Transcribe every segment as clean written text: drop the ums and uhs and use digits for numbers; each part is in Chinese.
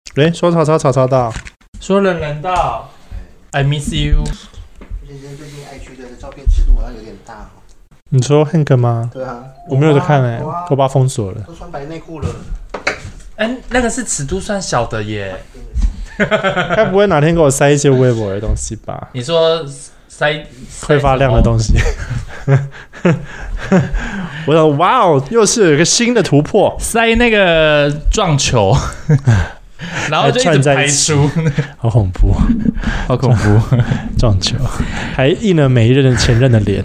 说曹到， 说人到 ，I miss you。 先生最近IG的照片尺度好像有点大。 你说 Hank 吗？ 对啊， 我没有在看我把它封锁了。 都穿白内裤了。 那个是尺度算小的耶。 该不会哪天给我塞一些微博的东西吧？ 你说塞会发亮的东西。我想，哇哦，又是有一个新的突破， 塞那个撞球，然后就一直排出， 好恐怖， 好恐怖， 撞球，还印了每一任前任的脸。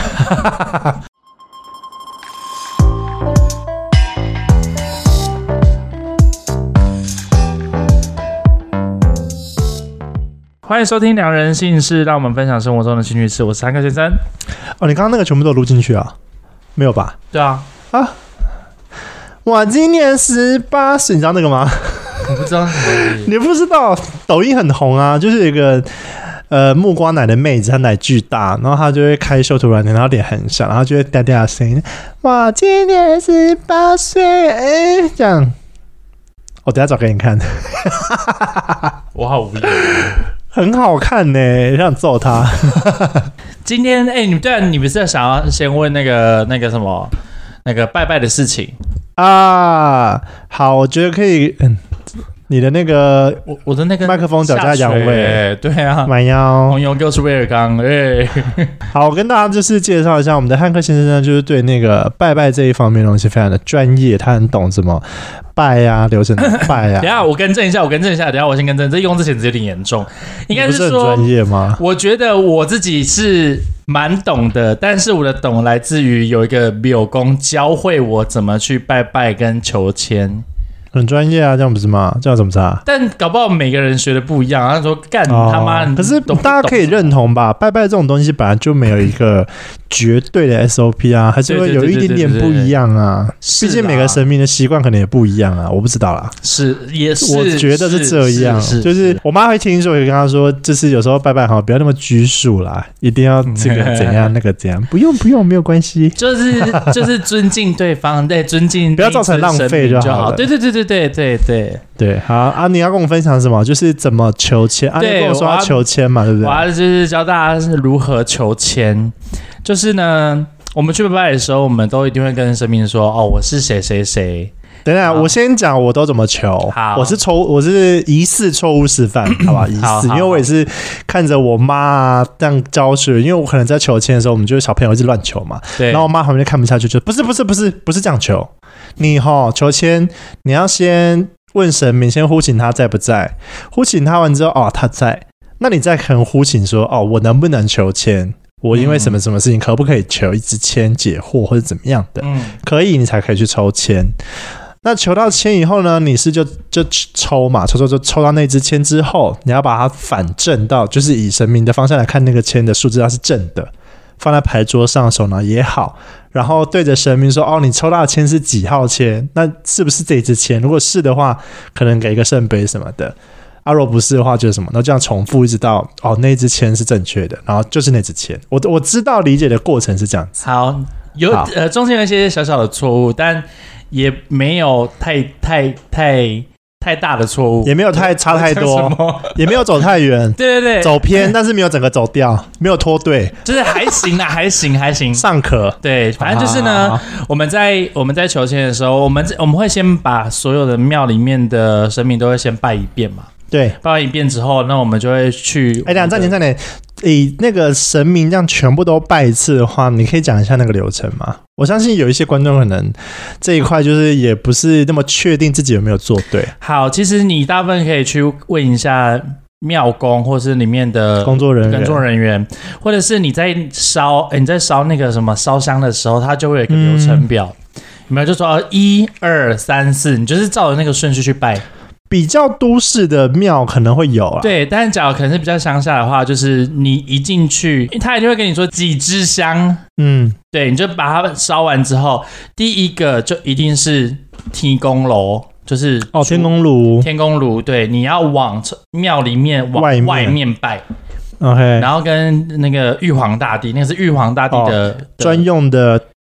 欢迎收听良人姓氏，让我们分享生活中的新趣事。我是汉克先生。 哦，你刚刚那个全部都录进去啊？没有吧？ 对啊。 啊！我今年18岁，你知道那个吗？ 我不知道什么。 你不知道？抖音很红啊，就是有一个木瓜奶的妹子，她奶巨大，然后她就会开修图软件，然后脸很小，然后就会嗲嗲的声音。我今年18岁，这样。我等一下找给你看。 我好无聊。 很好看呢，想揍他。 今天你不是想要先问那个什么那个拜拜的事情啊？好，我觉得可以。你的那个我的那个麦克风脚架扬位， 对啊， 蛮腰红油就是威尔刚， 好，我跟大家就是介绍一下，我们的汉克先生呢，就是对那个拜拜这一方面的东西非常的专业，他很懂什么拜啊，流程的拜啊。 等一下我更正一下，等一下我先更正，这用字遣词有点严重，应该是说不是很专业吗？ 我觉得我自己是蛮懂的，但是我的懂来自于有一个柳公教会我怎么去拜拜跟求签。 很专业啊，这样不是吗？这样怎么差？ 但搞不好每个人学的不一样。他说干他妈， 可是大家可以认同吧？拜拜这种东西本来就没有一个绝对的 SOP 啊，还是会有一点点不一样啊。毕竟每个神明的习惯可能也不一样啊，我不知道啦。 也是， 我觉得是这样。就是我妈会听说，我跟她说，就是有时候拜拜好，不要那么拘束啦，一定要这个怎样那个怎样，不用，没有关系。 就是尊敬对方，对，尊敬， 不要造成浪费就好了。对，好啊！你要跟我分享什么？就是怎么求签啊？你跟我说要求签嘛，对不对？ 我要就是教大家是如何求签。就是呢，我们去拜拜的时候，我们都一定会跟神明说：“哦，我是谁谁谁。” 等一下，我先讲我都怎么求。 好， 我是疑似错误示范，好吧？疑似，因为我也是看着我妈这样教学，因为我可能在求签的时候，我们就是小朋友一直乱求嘛。 对。 然后我妈旁边就看不下去，就不是这样求。你求签，你要先问神明，先呼请他在不在，呼请他完之后，哦，他在，那你再可能呼请说，哦，我能不能求签？我因为什么什么事情，可不可以求一支签解惑或者怎么样的？可以，你才可以去抽签。那求到签以后呢，你是就抽嘛，抽到那支签之后，你要把它反正到，就是以神明的方向来看那个签的数字，它是正的。放在牌桌上手呢也好，然后对着神明说：“哦，你抽到的签是几号签？那是不是这一支签？如果是的话，可能给一个圣杯什么的。啊，如果不是的话，就是什么？那这样重复一直到那一支签是正确的，然后就是那支签。我知道理解的过程是这样子。 好，中间有一些小小的错误，但也没有太大的错误， 也没有差太多，也没有走太远， 对， 走偏，但是没有整个走掉，没有脱队， 就是还行啦，还行， 尚可。 对，反正就是呢，我们在求签的时候，我们会先把所有的庙里面的神明都会先拜一遍嘛。 对， 拜完一遍之后，那我们就会去。 暂停，以那个神明这样全部都拜一次的话，你可以讲一下那个流程吗？我相信有一些观众可能这一块就是也不是那么确定自己有没有做对。 好，其实你大部分可以去问一下庙公，或是里面的工作人员，或者是你在烧那个什么烧香的时候，它就会有一个流程表，有没有？就说1、2、3、4，你就是照着那个顺序去拜。 比较都市的庙可能会有啊， 对，但是假如可能是比较乡下的话，就是你一进去，他一定会跟你说几支香，对，你就把它烧完之后，第一个就一定是天公炉，就是天公炉， 对，你要往庙里面往外面拜 ，OK， 然后跟那个玉皇大帝，那个是玉皇大帝的专用的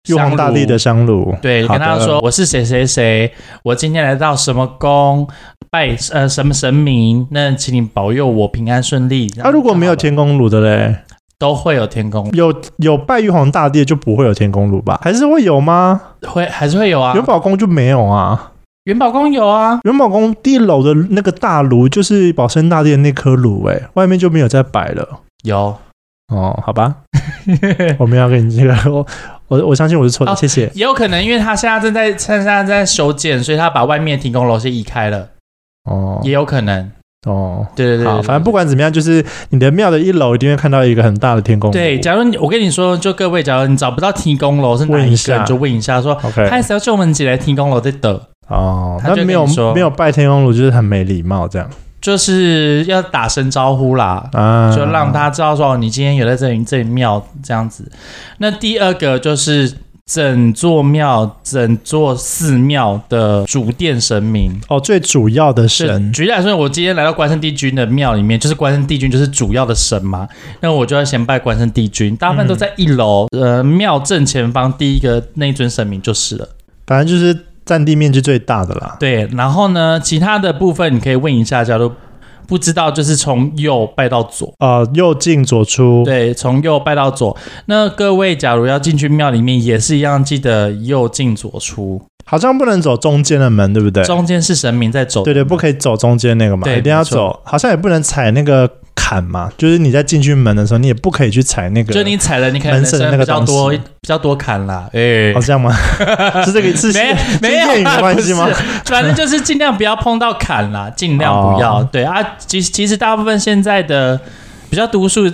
玉皇大帝的香炉， 对，跟他说我是谁谁谁，我今天来到什么宫拜什么神明，那请你保佑我平安顺利。 如果没有天公炉的嘞？ 都会有天公炉， 有拜玉皇大帝就不会有天公炉吧？还是会有吗？ 还是会有啊。 元宝宫就没有啊。 元宝宫有啊， 元宝宫1楼的那个大炉就是保生大帝的那颗炉，外面就没有再摆了。 有哦，好吧，我们要跟你这个，我相信我是错的，谢谢。 也有可能因为他现在在修建，所以他把外面的天公楼先移开了。哦，也有可能。哦，对，好， 反正不管怎么样，就是你的庙的1楼一定会看到一个很大的天公炉。 对，假如我跟你说，就各位，假如你找不到天公楼是哪一个，你就问一下说，还是要叫我们几来天公楼在等。哦， 那没有拜天公炉就是很没礼貌，这样就是要打声招呼啦，就让他知道说你今天有在这里庙这样子。那第二个就是整座寺庙的主殿神明最主要的神。 举例来说，我今天来到关圣帝君的庙里面，就是关圣帝君就是主要的神嘛，那我就要先拜关圣帝君，大部分都在1楼，庙正前方第一个那一尊神明就是了， 反正就是占地面积最大的啦。 对，然后呢，其他的部分你可以问一下，假如不知道，就是从右拜到左， 右进左出。 对，从右拜到左。那各位假如要进去庙里面，也是一样，记得右进左出。 好像不能走中间的门，对不对？ 中间是神明在走。 对，不可以走中间那个嘛，一定要走。好像也不能踩那个坎嘛，就是你在进去门的时候，你也不可以去踩那个。 就你踩了，你可能人生比较多坎啦。 这样吗？是这个是没有谚语的关系吗？ 反正就是尽量不要碰到坎啦，尽量不要。对啊，其实大部分现在的比较读书，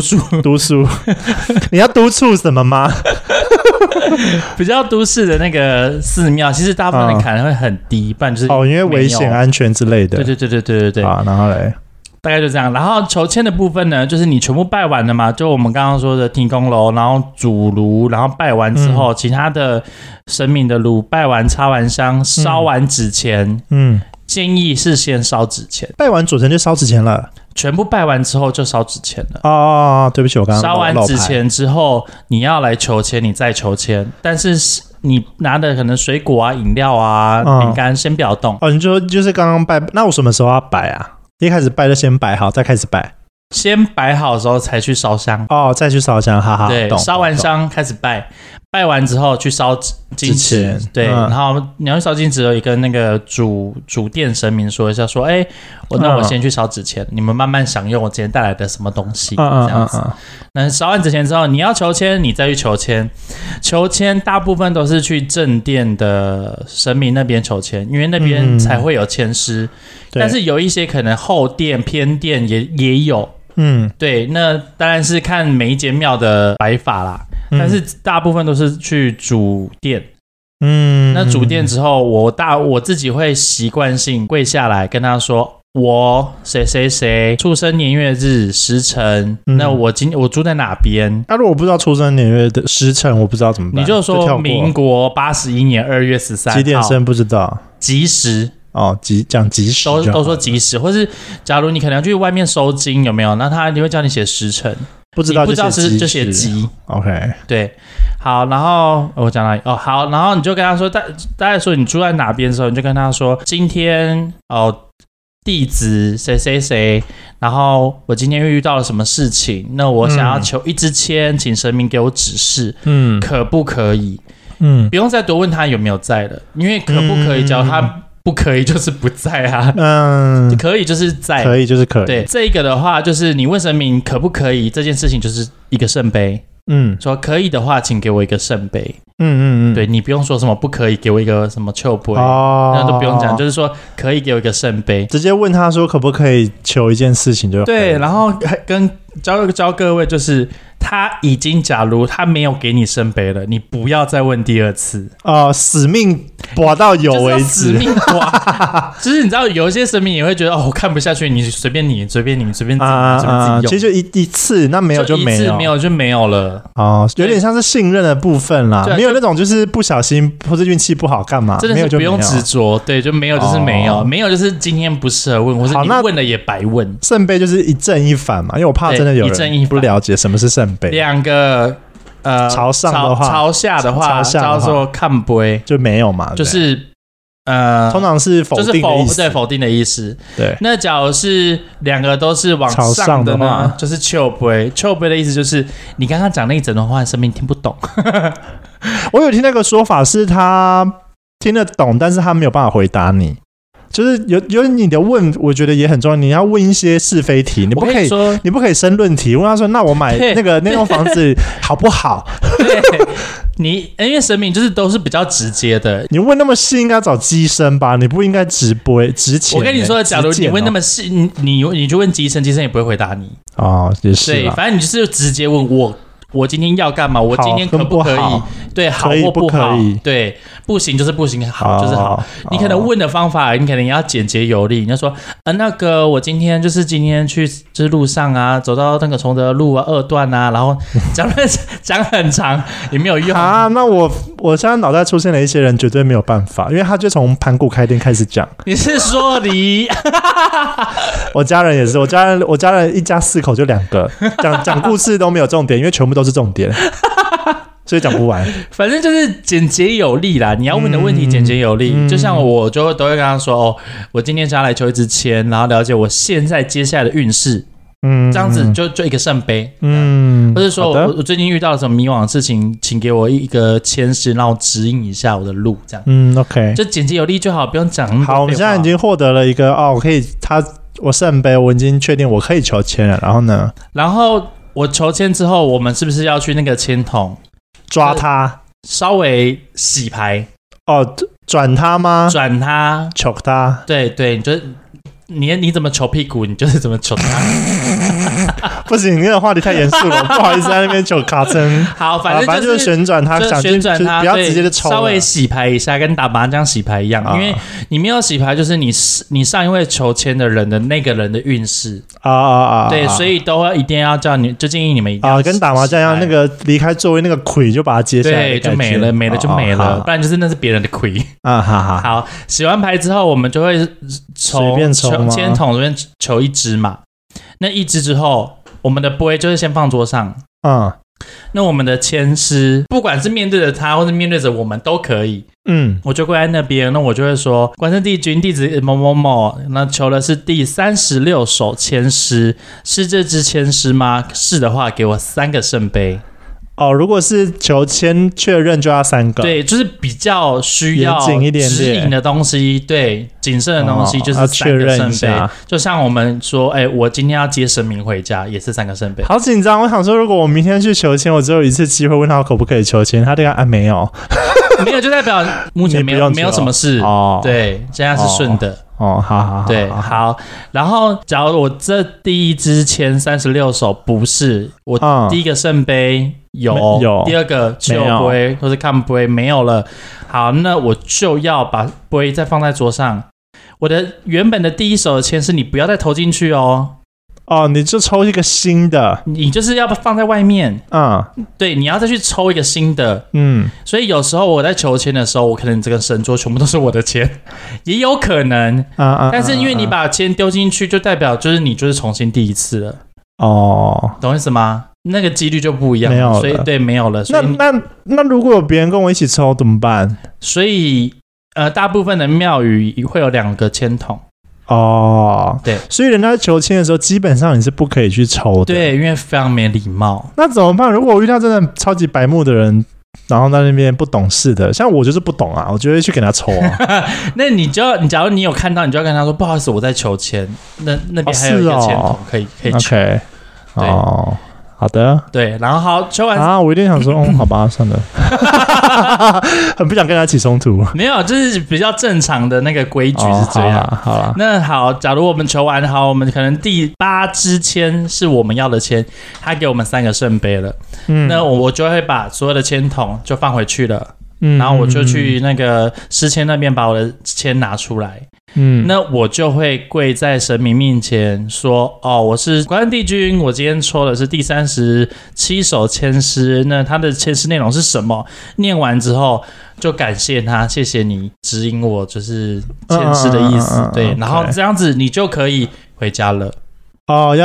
你要督促什么吗？ 比较都市的那个寺庙，其实大部分的坎会很低，不然就是因为危险、安全之类的。 对。 然后嘞， 大概就这样。然后求签的部分呢，就是你全部拜完了嘛，就我们刚刚说的天公炉，然后主炉，然后拜完之后，其他的神明的炉拜完、插完香、烧完纸钱，建议是先烧纸钱。 拜完主神就烧纸钱了。 全部拜完之后就烧纸钱了。 对不起，我刚刚烧完纸钱之后，你要来求签，你再求签，但是你拿的可能水果啊、饮料啊、饼干先不要动。 你就是刚刚拜，那我什么时候要摆啊？一开始拜就先摆好，再开始拜。 先摆好的时候才去烧香。 再去烧香，哈哈。 对，烧完香开始拜。拜完之后去烧金纸，对，然后你要去烧金纸，也跟那个主殿神明说一下，说，那我先去烧纸钱，你们慢慢享用我今天带来的什么东西，这样子。那烧完纸钱之后，你要求签，你再去求签。求签大部分都是去正殿的神明那边求签，因为那边才会有签师，但是有一些可能后殿偏殿也有。对，那当然是看每一间庙的摆法啦。但是大部分都是去主殿，那主殿之后，我自己会习惯性跪下来跟他说，我谁谁谁出生年月日时辰，那我住在哪边？ 如果我不知道出生年月的时辰，我不知道怎么办？ 你就说民国81年2月13号， 几点生不知道， 吉时。 讲吉时都说吉时，或是假如你可能要去外面收金，有没有？那他一定会叫你写时辰。 不知道就写吉 ，OK， 对，好，然后我讲到好，然后你就跟他说，大概说你住在哪边的时候，你就跟他说，今天弟子谁谁谁，然后我今天遇到了什么事情，那我想要求一支签，请神明给我指示，可不可以？不用再多问他有没有在了，因为可不可以叫他。不可以就是不在啊，可以就是在， 可以就是可以。 对，这一个的话，就是你问神明可不可以这件事情，就是一个圣杯。说可以的话，请给我一个圣杯。对，你不用说什么不可以给我一个什么秋杯，那都不用讲，就是说可以给我一个圣杯， 直接问他说可不可以求一件事情就对，然后跟教各位就是他已经假如他没有给你圣杯了，你不要再问第二次死命拔到有为止， 死命拔就是你知道有一些神明也会觉得我看不下去，你随便你随便自己用， 其实就一次，那没有就没有， 一次没有就没有了有点像是信任的部分啦，没有那种就是不小心或者运气不好干嘛， 真的是不用执着，对，就没有就是没有，没有就是今天不适合问，或是你问了也白问。 圣杯就是一正一反嘛，因为我怕真的有人不了解什么是圣杯。 两个朝上的话， 朝下的话叫做看杯， 就没有嘛， 就是通常是否定的意思， 对，否定的意思。 对， 那假如是两个都是往上的呢，就是笑杯。笑杯的意思就是你刚刚讲那一整段话，生命听不懂。 我有听那个说法是他听得懂，但是他没有办法回答你。就是有你的问，我觉得也很重要。你要问一些是非题，你不可以申论题。问他说：“那我买那栋房子好不好？” 对，因为神明就是都是比较直接的。 你问那么细，应该找机身吧？你不应该直浅。 我跟你说，假如你问那么细，你就问机身，机身也不会回答你。 哦，也是。 对，反正你就是直接问我今天要干嘛？我今天可不可以？对，好或不好？对，不行就是不行，好就是好。你可能问的方法，你可能要简洁有力。你就说，那个我今天去就是路上啊，走到那个崇德路啊2段啊，然后讲很长也没有用啊。那我现在脑袋出现了一些人，绝对没有办法，因为他就从盘古开店开始讲。 你是说我家人也是，我家人一家4口就2个，讲故事都没有重点，因为全部都是重点，所以讲不完。 反正就是简洁有力啦，你要问的问题简洁有力。就像我都会跟他说，我今天想要来求一支签，然后了解我现在接下来的运势。这样子就一个圣杯。或者说我最近遇到了什么迷惘的事情，请给我一个签诗，让我指引一下我的路。这样 ，OK， 就简洁有力就好，不用讲那么多废话。 好，我们现在已经获得了一个我可以我圣杯，我已经确定我可以求签了。然后呢？ 然后我求签之后，我们是不是要去那个签筒抓它， 稍微洗牌？ 转它吗？ 转它， 求它。 对，你怎么求屁股，你就是怎么求它。 不行，你那个话题太严肃了，不好意思在那边求卡针。 好，反正就是旋转它， 旋转它， 不要直接就抽了， 稍微洗牌一下，跟打麻将洗牌一样。因为你没有洗牌，就是你上一位求签的人的那个人的运势对，所以一定要叫你，就建议你们一定要跟打麻将一样，那个离开座位那个魁就把它接下来， 对，就没了就没了，不然就是那是别人的魁好，洗完牌之后，我们就会从签筒这边求一支嘛。那一支之后，我们的杯就是先放桌上。那我们的签诗，不管是面对着他，或是面对着我们都可以。我就跪在那边，那我就会说：关圣帝君弟子某某某，那求的是第36首签诗，是这支签诗吗？是的话，给我3个圣杯。 如果是求签确认就要3个， 对，就是比较需要指引的东西，对，谨慎的东西就是3个圣杯。就像我们说，我今天要接神明回家，也是3个圣杯。 好紧张，我想说，如果我明天去求签，我只有一次机会问他可不可以求签，他这个没有， 没有就代表目前没有什么事对，现在是顺的。 好， 对，好。然后，假如我这第一支签36首不是我第一个圣杯有，第二个就杯或者看杯没有了，好，那我就要把杯再放在桌上。我的原本的第一首的签是你不要再投进去你就抽一个新的， 你就是要放在外面。对，你要再去抽一个新的。所以有时候我在求签的时候，我可能这个神桌全部都是我的签，也有可能。但是因为你把签丢进去，就代表就是你就是重新第一次了。懂意思吗？那个几率就不一样了，所以对没有了。所以那如果有别人跟我一起抽怎么办？ 所以大部分的庙宇会有2个签筒。对， 所以人家求签的时候，基本上你是不可以去抽的。 对，因为非常没礼貌。 那怎么办？如果我遇到真的超级白目的人，然后在那边不懂事的，像我就是不懂我就会去给他抽那你假如你有看到，你就要跟他说，不好意思，我在求签。那边还有一个签筒可以求。 OK， 好的， 对，然后好求完我一定想说，好吧，算了，很不想跟他起冲突。 没有，就是比较正常的那个规矩是这样。 好啦， 那好，假如我们求完，我们可能第8支签是我们要的签，他给我们3个圣杯了。那我就会把所有的签筒就放回去了。然后我就去那个诗签那边把我的签拿出来。那我就会跪在神明面前说，我是关圣帝君，我今天抽的是第37首签诗，那他的签诗内容是什么？念完之后就感谢他，谢谢你指引我，就是签诗的意思。对，然后这样子你就可以回家了。 要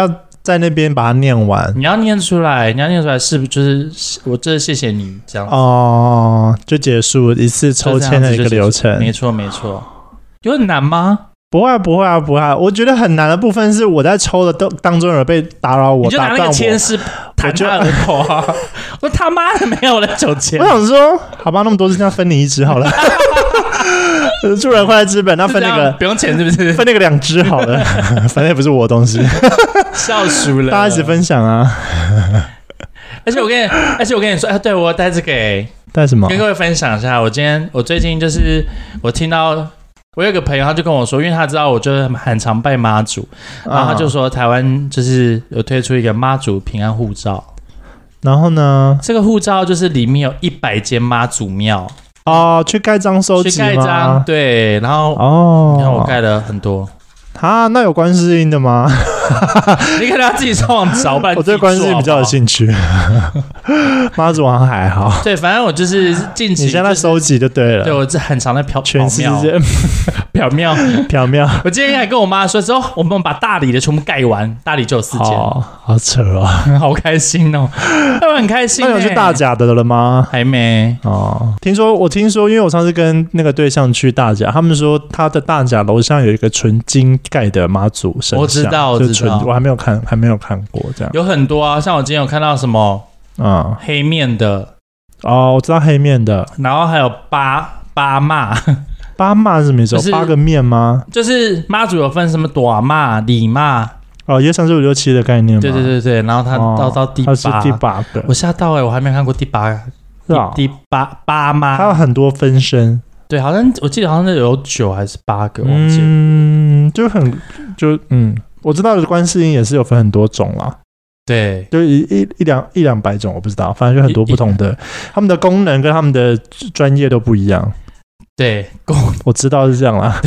在那边把它念完。 你要念出来，是不是就是我这谢谢你这样子哦，就结束一次抽签的一个流程。 没错，有很难吗？ 不会啊！我觉得很难的部分是我在抽的当中有被打扰我， 你就拿那个签是弹他额头啊！我他妈的没有了9签。 我想说，好吧，那么多次，那分你1支好了。助人快乐之本，那分那个不用钱是不是？ 分那个2支好了，反正也不是我的东西。 笑输了， 大家一起分享啊！ 而且我跟你说，对我带这个带什么？ 跟各位分享一下，我最近就是我听到。我有个朋友，他就跟我说，因为他知道我就是很常拜妈祖，然后他就说台湾就是有推出一个妈祖平安护照， 然后呢，这个护照就是里面有100间妈祖庙哦，去盖章收集吗？ 去盖章，对，然后你看我盖了很多。那有观世音的吗？ 你可能要自己上网找，不然我对观世音比较有兴趣。妈祖好像还好。 对，反正我就是近期、 你现在收集就对了。 对，我很常在全世界缥缈。我今天还跟我妈说，我们把大理的全部盖完，大理就有4间。 好扯哦， 好开心哦，我很开心。 那有去大甲的了吗？ 还没哦。我听说，因为我上次跟那个对象去大甲，他们说他的大甲楼上有一个纯金盖的妈祖神像， 我知道， 我还没有看过这样。 有很多啊，像我今天有看到什么黑面的我知道黑面的， 然后还有八妈。 八妈是什么意思？8个面吗？ 就是妈祖有分什么短妈、里妈。 1、2、3、4、5、6、7的概念吗？ 对，然后他到第8， 是第8个， 我吓到我还没看过第8个，第八妈， 还有很多分身， 对，我记得好像有9还是8个，忘记了， 我知道的观世音也是有分很多种啦， 对， 就一两百种，我不知道，反正就很多不同的，他们的功能跟他们的专业都不一样。 对， 我知道是这样啦。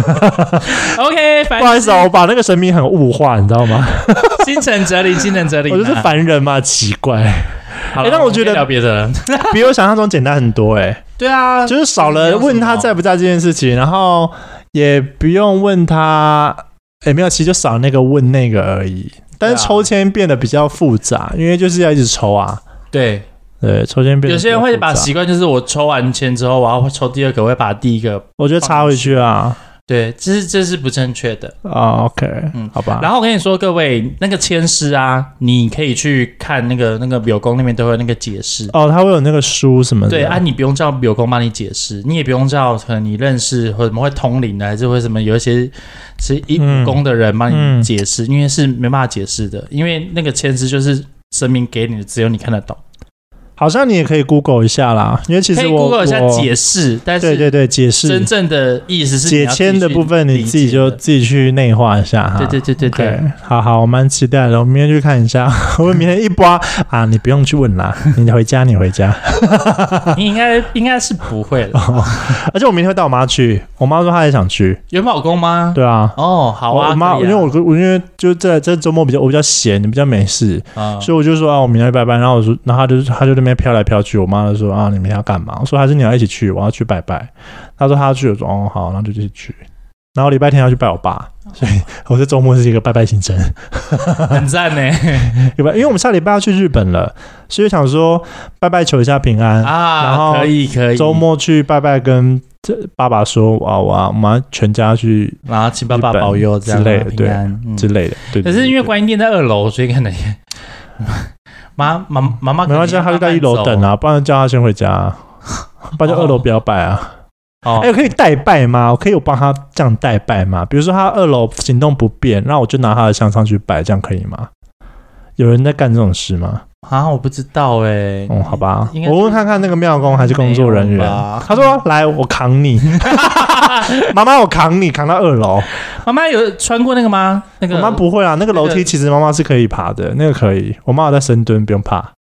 OK， 不好意思我把那个神明很物化，你知道吗？ 心诚则灵，我就是凡人嘛，奇怪。 但我觉得聊别的比我想象中简单很多对啊， 就是少了问他在不在这件事情，然后也不用问他，没有，其实就少那个问那个而已。但是抽签变得比较复杂，因为就是要一直抽啊。 对， 抽签变得有些人会把习惯，就是我抽完签之后，我要抽第2个，我会把第1个， 我觉得插回去啊。 对，这是不正确的 OK，好吧。 然后我跟你说，各位那个签诗啊，你可以去看那个廟公那边都会有那个解释他会有那个书什么的。 对啊，你不用叫廟公帮你解释，你也不用叫可能你认识或者什么会通灵的，还是会什么有一些是武功的人帮你解释，因为是没办法解释的，因为那个签诗就是神明给你的，只有你看得懂。 好像你也可以 Google 一下啦，因为其实可以 Google 一下解释，但是对解释真正的意思是解签的部分，你自己去内化一下哈。 对， okay， 好，我蛮期待的，我明天去看一下。我明天一刮你不用去问啦，你回家。 你应该是不会了。 而且我明天会带我妈去，我妈说她也想去。 元宝宫吗？ 对啊。 好啊。 我妈因为就这周末我比较闲，比较没事，所以我就说我明天去拜拜。然后她就那边飘来飘去，我妈就说你明天要干嘛？我说还是你要一起去，我要去拜拜。她说她要去，我说好，然后就一起去。然后礼拜天要去拜我爸，所以我这周末是一个拜拜行程， 很赞呢。 因为我们下礼拜要去日本了，所以想说拜拜求一下平安然后可以周末去拜拜，跟爸爸说我们全家去， 然后请爸爸保佑这样之类的，对，之类的。对。 可是因为观音殿在2楼，所以可能妈妈没关系，他就在1楼等啊，不然叫他先回家，不然就2楼不要拜啊。可以代拜吗？我可以帮他这样代拜吗？比如说他2楼行动不便，那我就拿他的香上去拜，这样可以吗？有人在干这种事吗？ 我不知道好吧，我问看看那个庙公还是工作人员。他说来，我扛你，妈妈，我扛你，扛到2楼。 妈妈有穿过那个吗？那个妈妈不会啊，那个楼梯其实妈妈是可以爬的，那个可以。我妈有在深蹲，不用怕。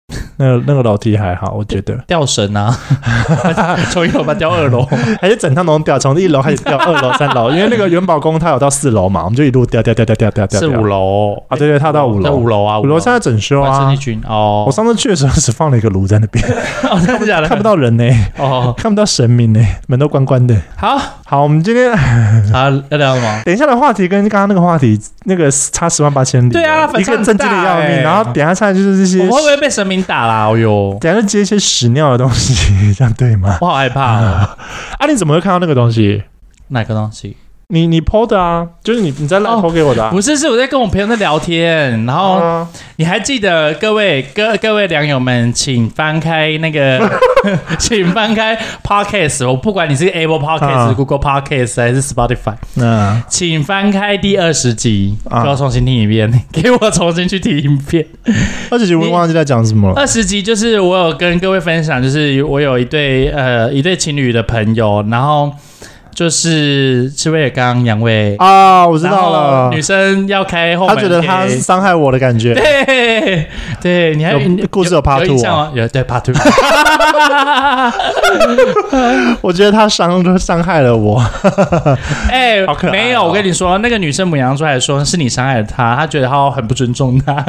那个楼梯还好，我觉得吊绳啊，从1楼把它吊2楼， 还是整趟都吊，从1楼开始吊2楼、3楼，因为那个元宝宫它有到4楼嘛，我们就一路吊，是 5楼啊，对，它到5楼 ，5楼啊 ，5楼现在整修啊， 生力军哦， 我上次去的时候只放了一个炉在那边， 哦，真的假的？ 看不到人呢，哦，看不到神明呢，门都关关的。好，我们今天要聊什么？ 等一下的话题跟刚刚那个话题那个差10万8千里， 对啊， 一个震惊的要命，然后等一下下来就是这些， 我会不会被神明打啦？哦哟， 等一下就接一些屎尿的东西，这样对吗？ 我好害怕哦。 啊，你怎么会看到那个东西？ 哪个东西？ 你 PO 的啊，就是你在赖 PO 给我的、啊不是我在跟我朋友在聊天，然后你还记得各位良友们，请翻开那个，请翻开 Podcast， 我不管你是 Apple Podcast、Google Podcast 还是 Spotify， 请翻开第20集，给我重新听一遍，给我重新去听一遍。 20集我忘记在讲什么了。 20集就是我有跟各位分享，就是我有一对情侣的朋友，然后。就是赤威尔刚杨伟啊，我知道了。 女生要开后门， 他觉得他伤害我的感觉。 对，你还故事有 Part 2 吗？有对 Part 2。 我觉得他伤害了我。好可爱没有，我跟你说，那个女生母羊座还说是你伤害了她，她觉得她很不尊重她。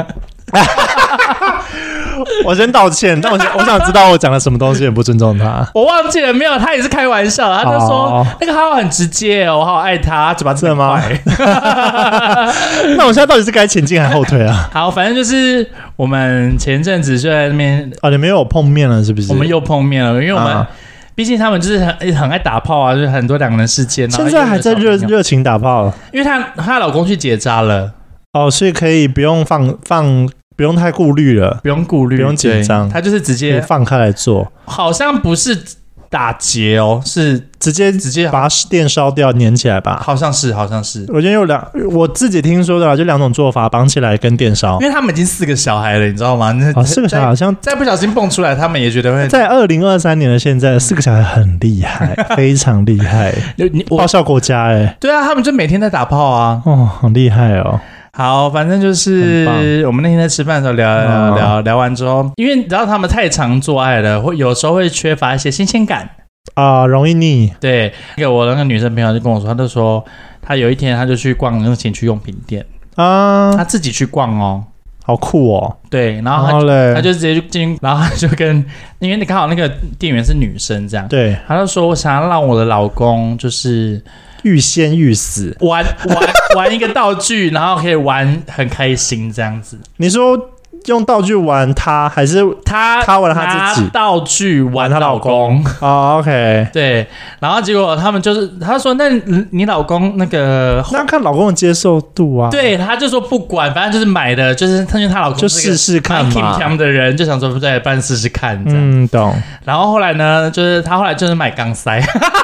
我先道歉，但我想知道我讲了什么东西很不尊重他。 我忘记了，没有，他也是开玩笑，他就说那个浩浩很直接哦，我好爱他，嘴巴真的吗？ 那我现在到底是该前进还是后退啊？ 好，反正就是我们前阵子就在那边你们有碰面了是不是？ 我们又碰面了，因为我们。毕竟他们就是很爱打炮啊，就是很多2个人事件。 现在还在热情打炮， 因为她老公去结扎了所以可以不用不用太顾虑了， 不用顾虑， 不用紧张， 他就是直接放开来做。 好像不是打结哦，是直接把电烧掉粘起来吧？ 好像是。 我觉得我自己听说的啦，就2种做法，绑起来跟电烧。 因为他们已经4个小孩了，你知道吗 ？4个小孩好像再不小心蹦出来，他们也觉得会。 在2023年的现在，4个小孩很厉害，非常厉害，爆笑国家对啊，他们就每天在打炮啊， 好厉害哦。 好，反正就是我们那天在吃饭的时候聊完之后，因为你知道他们太常做爱了，有时候会缺乏一些新鲜感容易腻。 对，我那个女生朋友就跟我说，她就说她有一天她就去逛那个情趣用品店她自己去逛哦。 好酷哦！ 对，然后他就直接进，然后他就因为你刚好那个店员是女生，这样， 对， 他就说我想要让我的老公就是欲仙欲死， 玩一个道具，然后可以玩很开心这样子。 你说用道具玩他，还是他玩他自己？ 拿道具玩她老公。 OK， 对，然后结果他们就是他说，那你老公那看老公的接受度啊。 对，他就说不管，反正就是买的，就是因为他老公就试试看嘛。 蛮的人就想说在办试试看这样。 懂。然后后来呢，就是他后来就是买钢塞。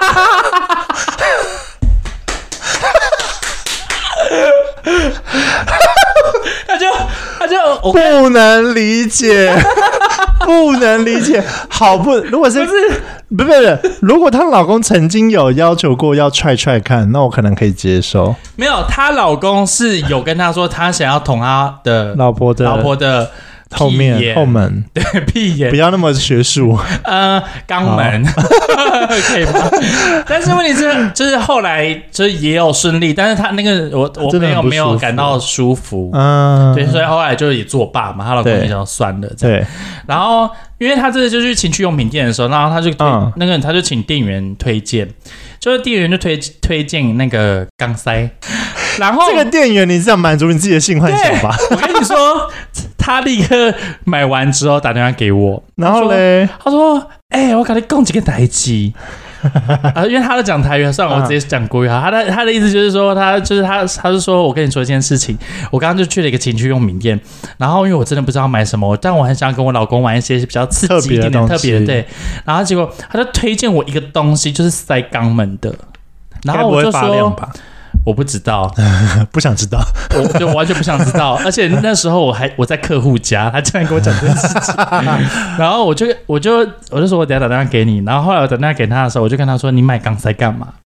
他就不能理解，不能理解，如果是不是，如果她老公曾经有要求过要踹看，那我可能可以接受。 没有，她老公是有跟她说，他想要捅她的老婆的。后门， 对，屁眼， 不要那么学术。 肛门可以吗？但是问题是，就是后来就是也有顺利，但是他那个我朋友没有感到舒服，对，所以后来就也作罢嘛，她老公也想算了，对。然后因为他这次就去情趣用品店的时候，然后他就他就请店员推荐，就是店员就推荐那个钢塞。然后这个店员，你是想满足你自己的性幻想吧？ 我跟你说，他立刻买完之后打电话给我， 然后嘞， 他说：“我跟你讲几个代志。”因为他在讲台语，算了，我直接讲国语哈。他的意思就是说，他是说我跟你说一件事情，我刚刚就去了一个情趣用品店，然后因为我真的不知道买什么，但我很想跟我老公玩一些比较刺激一点点特别的，对。然后结果他就推荐我一个东西，就是塞肛门的，然后我就说。我不知道， 不想知道， 我就完全不想知道。而且那时候我在客户家，他竟然跟我讲这件事情，然后我就说我等一下打电话给你。然后后来我打电话给他的时候，我就跟他说：“你买钢塞干嘛？”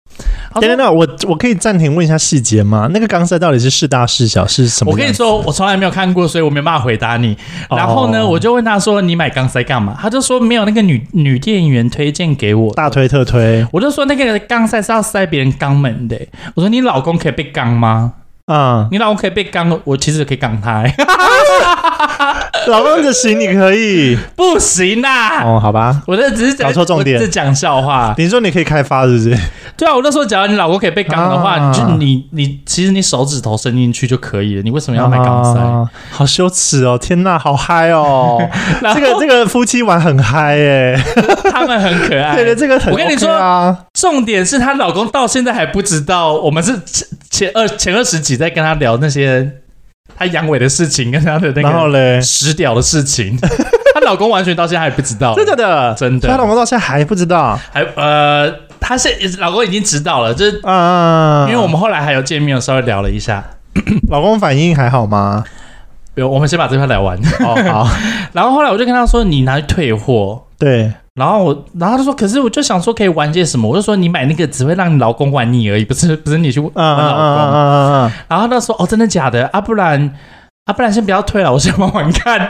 等，我可以暂停问一下细节吗？那个钢塞到底是是大是小是什么？ 我跟你说，我从来没有看过，所以我没办法回答你。然后呢，我就问他说：“你买钢塞干嘛？”他就说：“没有，那个女店员推荐给我， 大推特推。” 我就说：“那个钢塞是要塞别人肛门的。”我说：“你老公可以被肛吗？”你老公可以被肛，我其实可以肛他。 老公的行你可以， 不行啦。 哦，好吧， 我这只是搞错重点， 我只是讲笑话。 你说你可以开发是不是？ 对啊，我就说，假如你老公可以被肛的话，你其实你手指头伸进去就可以了，你为什么要买肛塞？ 好羞耻哦！天哪，好嗨哦！这个夫妻玩很嗨耶， 他们很可爱。 对，这个很 OK 啊。 我跟你说，重点是她老公到现在还不知道，我们是前20集在跟他聊那些他阳痿的事情，跟他的那个湿屌的事情。她老公完全到现在还不知道， 真的， 真的。 她老公到现在还不知道， 她老公已经知道了，就是因为我们后来还有见面，稍微聊了一下。 老公反应还好吗？ 我们先把这块聊完。 好。 然后后来我就跟他说：“你拿去退货。” 对。 然后他就说：“可是我就想说可以玩些什么。”我就说：“你买那个只会让你老公玩你而已，不是你去玩老公。”然后他说：“哦，真的假的？不然先不要退了，我先玩玩看。”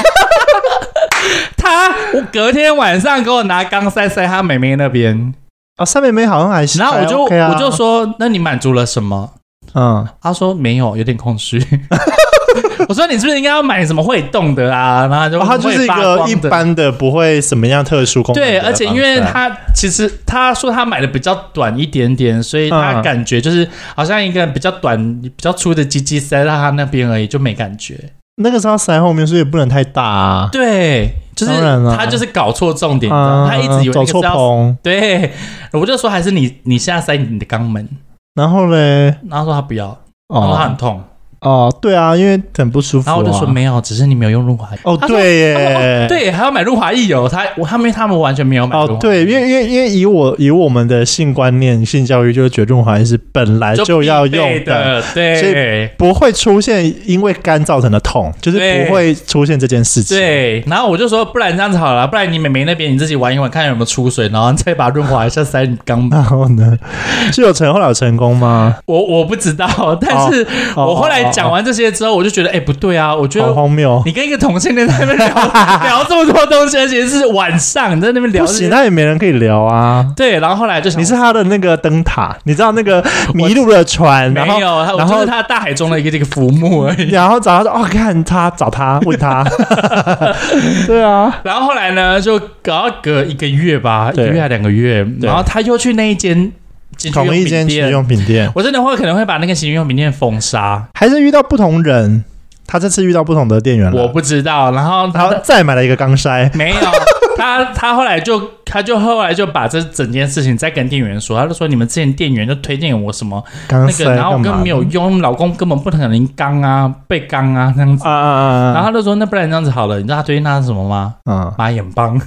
我隔天晚上给我拿钢塞塞他妹妹那边。 塞妹妹好像还行。 然后我就说：“那你满足了什么？”他说：“没有，有点空虚。”我说：“你是不是应该要买什么会动的啊？”然后它就是一个一般的，不会什么样特殊功能。 对，而且因为其实他说他买的比较短一点点，所以他感觉就是好像一个比较短、比较粗的鸡鸡塞到他那边而已，就没感觉。 那个是要塞后面，所以不能太大啊。 对，就是他就是搞错重点，他一直以为走错棚。 对，我就说还是你现在塞你的肛门。 然后嘞， 然后说他不要，然后他很痛。 对啊，因为很不舒服。 然后我就说没有，只是你没有用润滑液。 对耶， 对，还要买润滑液哦。他们完全没有买润滑液。 对，因为以我们的性观念、性教育，就觉得润滑液是本来就要用的， 对， 所以不会出现因为干造成的痛，就是不会出现这件事情。 对，然后我就说，不然这样子好了，不然你妹妹那边你自己玩一玩，看有没有出水，然后再把润滑液塞你肛门。然后呢，后来有成功吗？ 我不知道，但是我后来讲完这些之后，我就觉得不对啊，我觉得好荒谬。 你跟一个同性恋在那边聊这么多东西，而且是晚上你在那边聊， 不行，那也没人可以聊啊。 对，然后后来就想你是他的那个灯塔，你知道那个迷路的船， 没有，我就是他大海中的一个浮木而已。 然后找他说看他找他问他，对啊。 然后后来呢，就隔1个月吧，1个月还2个月，然后他又去那一间。 同一间情趣用品店， 我真的可能会把那个情趣用品店封杀， 还是遇到不同人？他这次遇到不同的店员了， 我不知道。然后他再买了一个钢塞， 没有。他后来就把这整件事情再跟店员说，他就说你们之前店员就推荐我什么那个，然后我根本没有用，老公根本不可能刚啊被刚啊这样子然后他就说那不然这样子好了，你知道他推荐他是什么吗？马眼棒。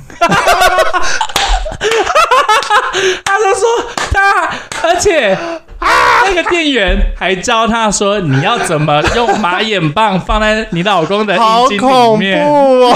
他就说而且那个店员还教他说你要怎么用马眼棒放在你老公的阴茎里面。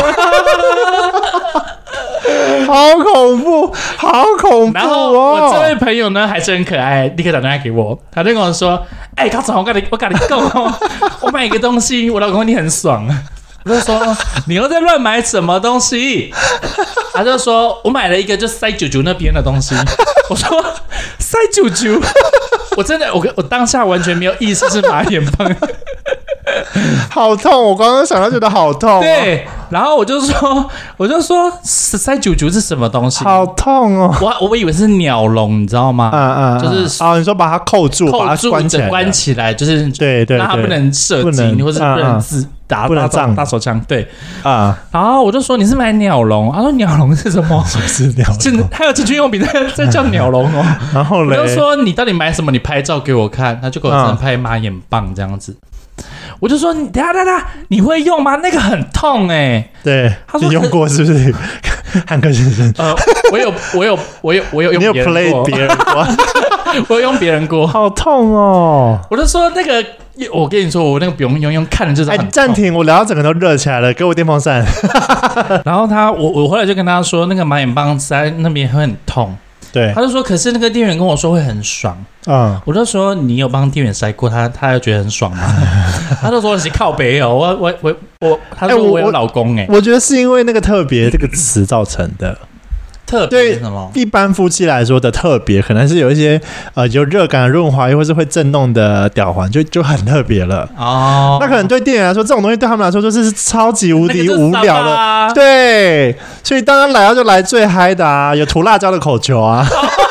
好恐怖，好恐怖！ 然后我这位朋友呢还是很可爱，立刻打电话给我，他就跟我说：“高总，我跟你讲哦，我买一个东西，我老公一定很爽。”我就说：“你又在乱买什么东西？”他就说：“我买了一个就塞啾啾那边的东西。”我说：“塞啾啾？”我真的，我当下完全没有意识是马眼棒。 好痛！我刚刚想到觉得好痛。 对，然后我就说塞啾啾是什么东西？ 好痛哦！ 我以为是鸟笼，你知道吗？就是你说把它扣住，把它关起来，就是对， 让它不能射精，或是不能打手枪。对然后我就说你是买鸟笼，他说鸟笼是什么？ 是鸟笼， 还有情趣用品在叫鸟笼哦。 然后呢， 我就说你到底买什么？你拍照给我看，他就给我真的拍马眼棒这样子。我就说等下，你会用吗？那个很痛对，他说你用过是不是？汉克先生， 我有用， 你有 play 别人过？ 我有用别人过， 好痛哦！ 我就说那个，我跟你说，我那个不用，看了就是很痛。 暂停，我聊到整个都热起来了，给我电风扇。 然后我后来就跟他说，那个马眼棒塞那边会很痛。 对， 他就说，可是那个店员跟我说会很爽。 我就说你有帮店员塞过，他就觉得很爽吗？他就说你是靠北哦，他说我有老公我觉得是因为那个特别这个词造成的。 特别什么？ 一般夫妻来说的特别，可能是有一些有热感的润滑液，或是会震动的吊环，就很特别了。哦，那可能对店员来说，这种东西对他们来说就是超级无敌无聊的。对，所以当然来就来最嗨的啊，有涂辣椒的口球啊，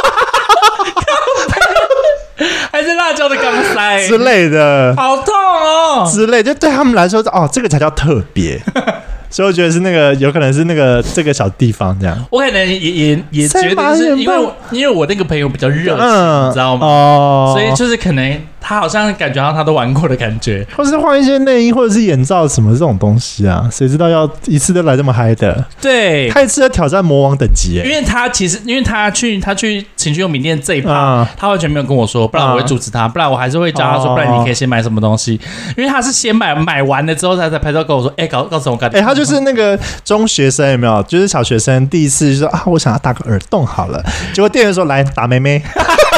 还是辣椒的钢塞之类的， 好痛哦！ 之类，就对他们来说，这个才叫特别。所以我觉得是那个，有可能是那个这个小地方这样。 我可能也觉得是因为我那个朋友比较热情，你知道吗？所以就是可能他好像感觉到他都玩过的感觉， 或是换一些内衣或者是眼罩什么这种东西啊，谁知道要一次都来这么嗨的？ 对， 他一次要挑战魔王等级耶。 因为他去情趣用品店这一趴，他完全没有跟我说，不然我会阻止他，不然我还是会教他说，不然你可以先买什么东西，因为他是先买完了之后他才拍照跟我说，告诉我干。 他就是那个中学生有没有？就是小学生第一次就说我想要打个耳洞好了，结果店员说来打妹妹。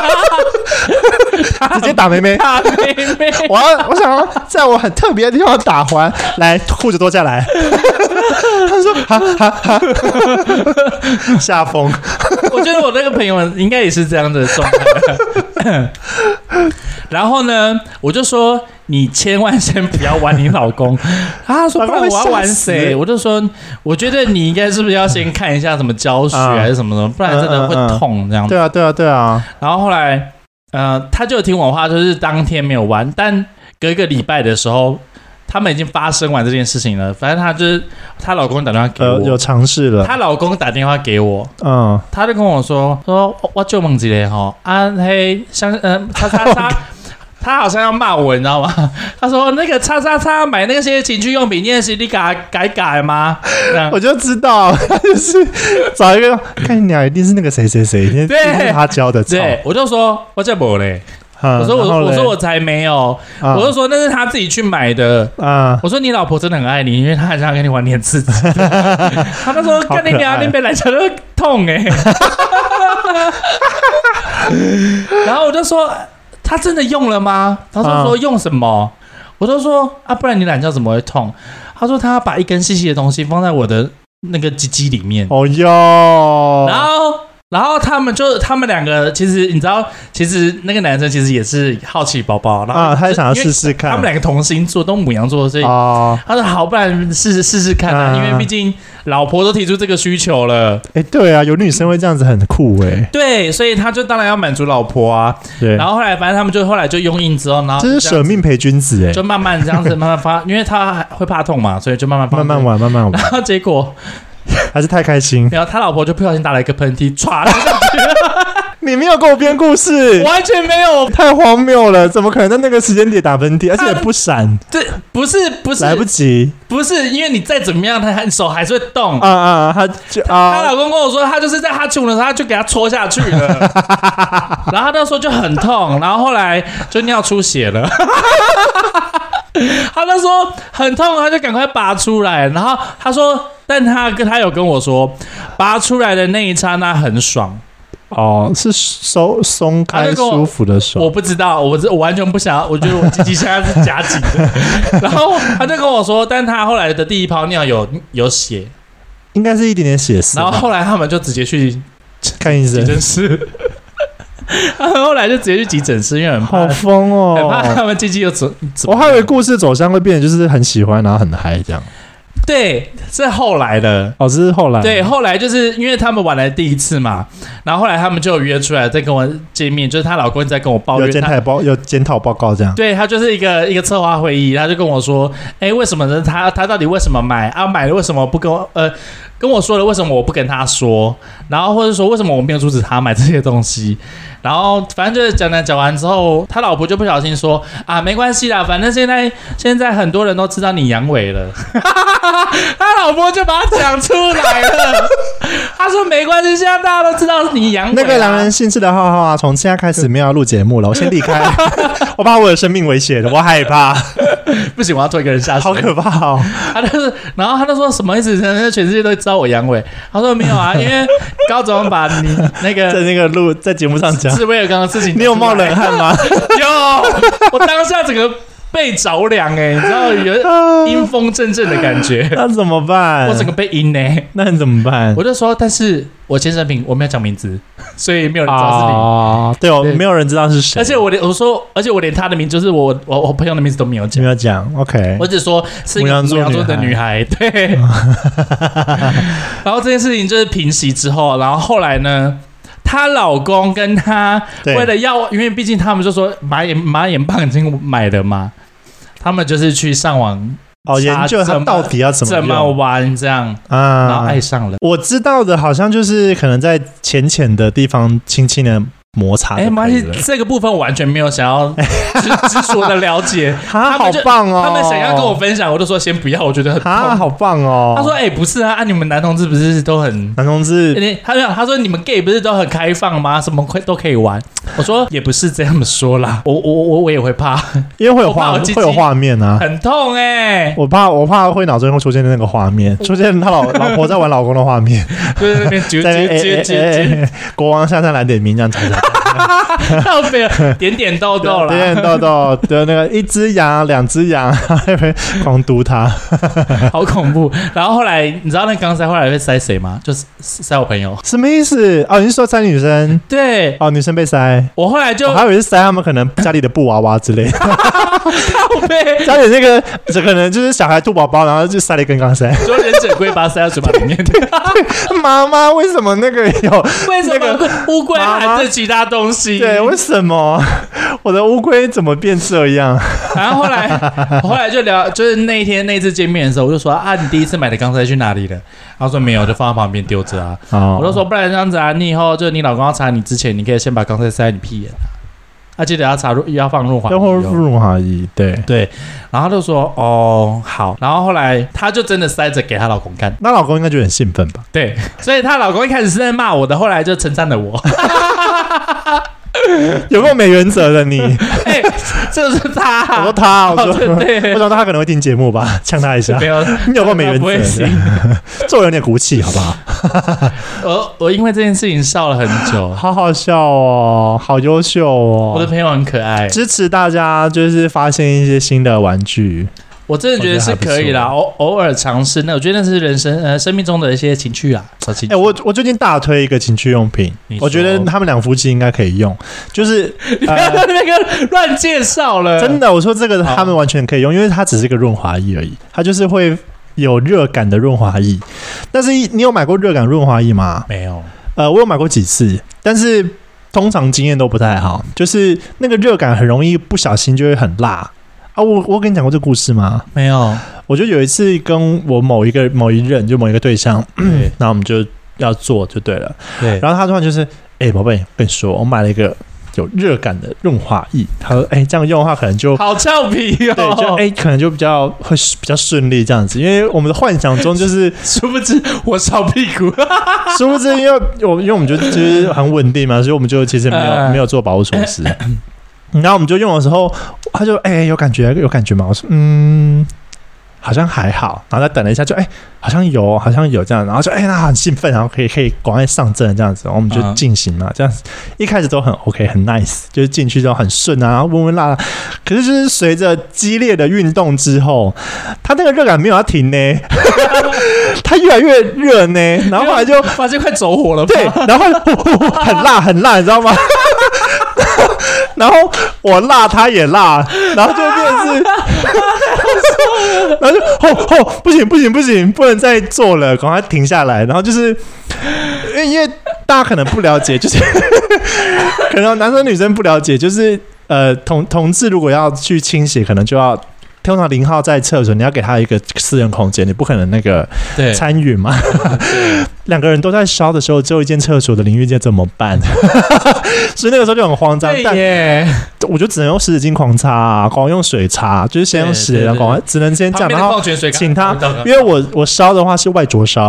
直接打妹妹，我想要在我很特别的地方打环，来裤子脱下来。他说哈，下风。 我觉得我那个朋友应该也是这样的状态。然后呢，我就说你千万先不要玩你老公。他说不然我要玩谁？我就说我觉得你应该是不是要先看一下什么教学还是什么的，不然真的会痛这样子。 对啊。然后后来他就有听我话，就是当天没有玩，但隔一个礼拜的时候，他们已经发生完这件事情了。反正她老公打电话给我， 有尝试了。 她老公打电话给我，他就跟我说我就问一下哈，嘿，像他好像要骂我，你知道吗？他说那个叉买那些情趣用品，你也是你改吗？ 我就知道，他就是找一个看鸟，一定是那个谁，一定是他教的。 对，我就说我这没嘞。我说我才没有，我就说那是他自己去买的。我说你老婆真的很爱你，因为她很想跟你玩点刺激。他就说看你俩那边来讲都痛然后我就说他真的用了吗？他说用什么？我就说不然你懒觉怎么会痛？他说他要把一根细细的东西放在我的那个鸡鸡里面。 哦哟， 然后他们两个其实你知道，其实那个男生其实也是好奇宝宝，然后他也想要试试看。 他们两个同星座都牡羊座，所以他说好，不然试试看啊，因为毕竟老婆都提出这个需求了。 对啊，有女生会这样子很酷对，所以他就当然要满足老婆啊。对，然后后来反正他们后来就用印之后，然后这是舍命陪君子就慢慢这样子慢慢发，因为他会怕痛嘛，所以就慢慢玩。 然后结果。 还是太开心， 然后他老婆就不小心打了一个喷嚏，唰了上去了。 你没有跟我编故事， 完全没有， 太荒谬了！怎么可能在那个时间点打喷嚏，而且也不闪？ 对，不是来不及， 不是因为你再怎么样，他手还是会动她老公跟我说，他就是在他穷的时候，他就给他戳下去了，然后他那时候就很痛，然后后来就尿出血了。他那时候很痛，他就赶快拔出来，然后他说，但他有跟我说，拔出来的那一刹那很爽。 是松开舒服的爽。 我不知道，我完全不想，我觉得我鸡鸡现在是夹紧的。然后他就跟我说，但他后来的第一泡尿有血， 应该是一点点血丝。 然后后来他们就直接去看医生， 急诊室。他们后来就直接去急诊室，因为很怕， 好疯哦， 很怕他们鸡鸡又怎我还以为故事走向会变成就是很喜欢，然后很嗨这样。 对，是后来的这是后来。 对，后来就是因为他们玩了第一次嘛，然后后来他们就有约出来再跟我见面，就是她老公在跟我抱怨有检讨报告这样。 对，他就是一个策划会议，他就跟我说，为什么呢？他到底为什么买买了为什么不跟我跟我说了为什么我不跟他说，然后或者说为什么我没有阻止他买这些东西，然后反正就是讲完之后，他老婆就不小心说没关系啦，反正现在很多人都知道你阳痿了。他老婆就把他讲出来了。 他说没关系，现在大家都知道是你阳痿、啊。 那个狼人姓氏的浩浩啊，从现在开始没有要录节目了，我先离开，我怕我有生命危险了，我害怕。 不行，我要拖一个人下水， 好可怕哦！ 然后他就说什么意思？全世界都知道我阳痿。他说没有啊，因为高总把你那个在那个在节目上讲是威尔刚的事情， 你有冒冷汗吗？ 有，我当下整个被着凉你知道有阴风阵阵的感觉。 那怎么办？ 我整个被阴那你怎么办？ 我就说，但是我先声明，我没有讲名字，所以没有人知道是你。 对哦，没有人知道是谁。 而且我连他的名字，就是我朋友的名字都没有讲， 没有讲。OK， 我只说是一个牡羊座的女孩。对。然后这件事情就是平息之后，然后后来呢？她老公跟她为了要，因为毕竟他们就说马眼棒已经买了嘛，他们就是去上网研究他到底要怎么玩这样啊，然后爱上了。 我知道的好像就是可能在浅的地方轻轻的摩擦。 这个部分我完全没有想要直说的了解。 他好棒哦！ 他们想要跟我分享，我就说先不要，我觉得很痛。 好棒哦！ 他说：“不是啊，你们男同志不是都很男同志？ 他说你们 gay 不是都很开放吗？什么都可以玩。”我说：“也不是这样说啦，我也会怕， 因为会有画面啊， 很痛我怕会脑中会出现那个画面，出现他老婆在玩老公的画面， 就是那边啾国王下山来点名这样子。” 靠北点点痘痘了， 点点痘痘的那个一只羊两只羊，那边狂毒他， 好恐怖。然后后来你知道那钢塞后来会塞谁吗？就是塞我朋友。 什么意思？哦，你是说塞女生？ 对， 哦，女生被塞。 我后来就还以为是塞他们可能家里的布娃娃之类的。 靠北， 家里那个可能就是小孩兔宝宝，然后就塞了一根钢塞， 说忍者龟把它塞到嘴巴里面。 妈妈，为什么那个有？ 为什么乌龟含着其他东西？ 对，为什么我的乌龟怎么变这样？ 然后后来就聊，就是那次见面的时候，我就说啊，你第一次买的钢塞去哪里了？他说没有，就放在旁边丢着啊。我就说不然这样子啊，你以后就是你老公要插你之前，你可以先把钢塞塞在你屁眼啊。记得要放润滑液， 要放润滑液，对。 然后他就说哦好，然后后来他就真的塞着给她老公看， 那老公应该就很兴奋吧？ 对，所以她老公一开始是在骂我的，后来就称赞了我。 有没有没原则的你？ 这是他， 我说他，我说他可能会听节目吧，呛他一下。 没有， 你有没有没原则？做人有点骨气，好不好？ 我因为这件事情笑了很久， 好好笑哦，好优秀哦。 我的朋友很可爱， 支持大家就是发现一些新的玩具。 我真的觉得是可以啦，偶尔尝试。那我觉得那是生命中的一些情趣啦。 我最近大推一个情趣用品，我觉得他们两夫妻应该可以用，就是你不要那个乱介绍了。 真的，我说这个他们完全可以用，因为它只是一个润滑液而已，它就是会有热感的润滑液。但是你有买过热感润滑液吗？ 没有。 我有买过几次，但是通常经验都不太好，就是那个热感很容易不小心就会很辣。我跟你讲过这个故事吗？ 没有。 我就有一次跟我某一个对象，然后我们就要做就对了。对。然后他突然就是，宝贝，跟你说，我买了一个有热感的润滑液。他说，这样用的话可能就好俏皮哦。 对，就可能就会比较顺利这样子，因为我们的幻想中就是， 殊不知我烧屁股。 殊不知，因为我们就是很稳定嘛，所以我们就其实没有做保护措施。然后我们就用的时候，他就有感觉吗？我说好像还好。然后再等了一下，就好像有这样，然后就那很兴奋，然后可以赶快上阵这样子，然后我们就进行嘛，这样子一开始都很 OK 很 nice， 就是进去之后很顺啊，然后温温辣辣。可是就是随着激烈的运动之后，他那个热感没有要停呢，他越来越热呢，然后后来就发现快走火了吧？ 对，然后很辣，你知道吗？然后我辣，他也辣，然后就变成是，然后就不行，不能再做了，赶快停下来。然后就是因为大家可能不了解，就是可能男生女生不了解，就是同志如果要去清洗，可能就要。通常0号在厕所，你要给他一个私人空间，你不可能那个参与嘛。两个人都在烧的时候，只有一间厕所的淋浴间怎么办？所以那个时候就很慌张。但我就只能用湿纸巾狂擦狂用水擦，就是先用湿，然后只能先这样，然后请他，因为我烧的话是外灼烧。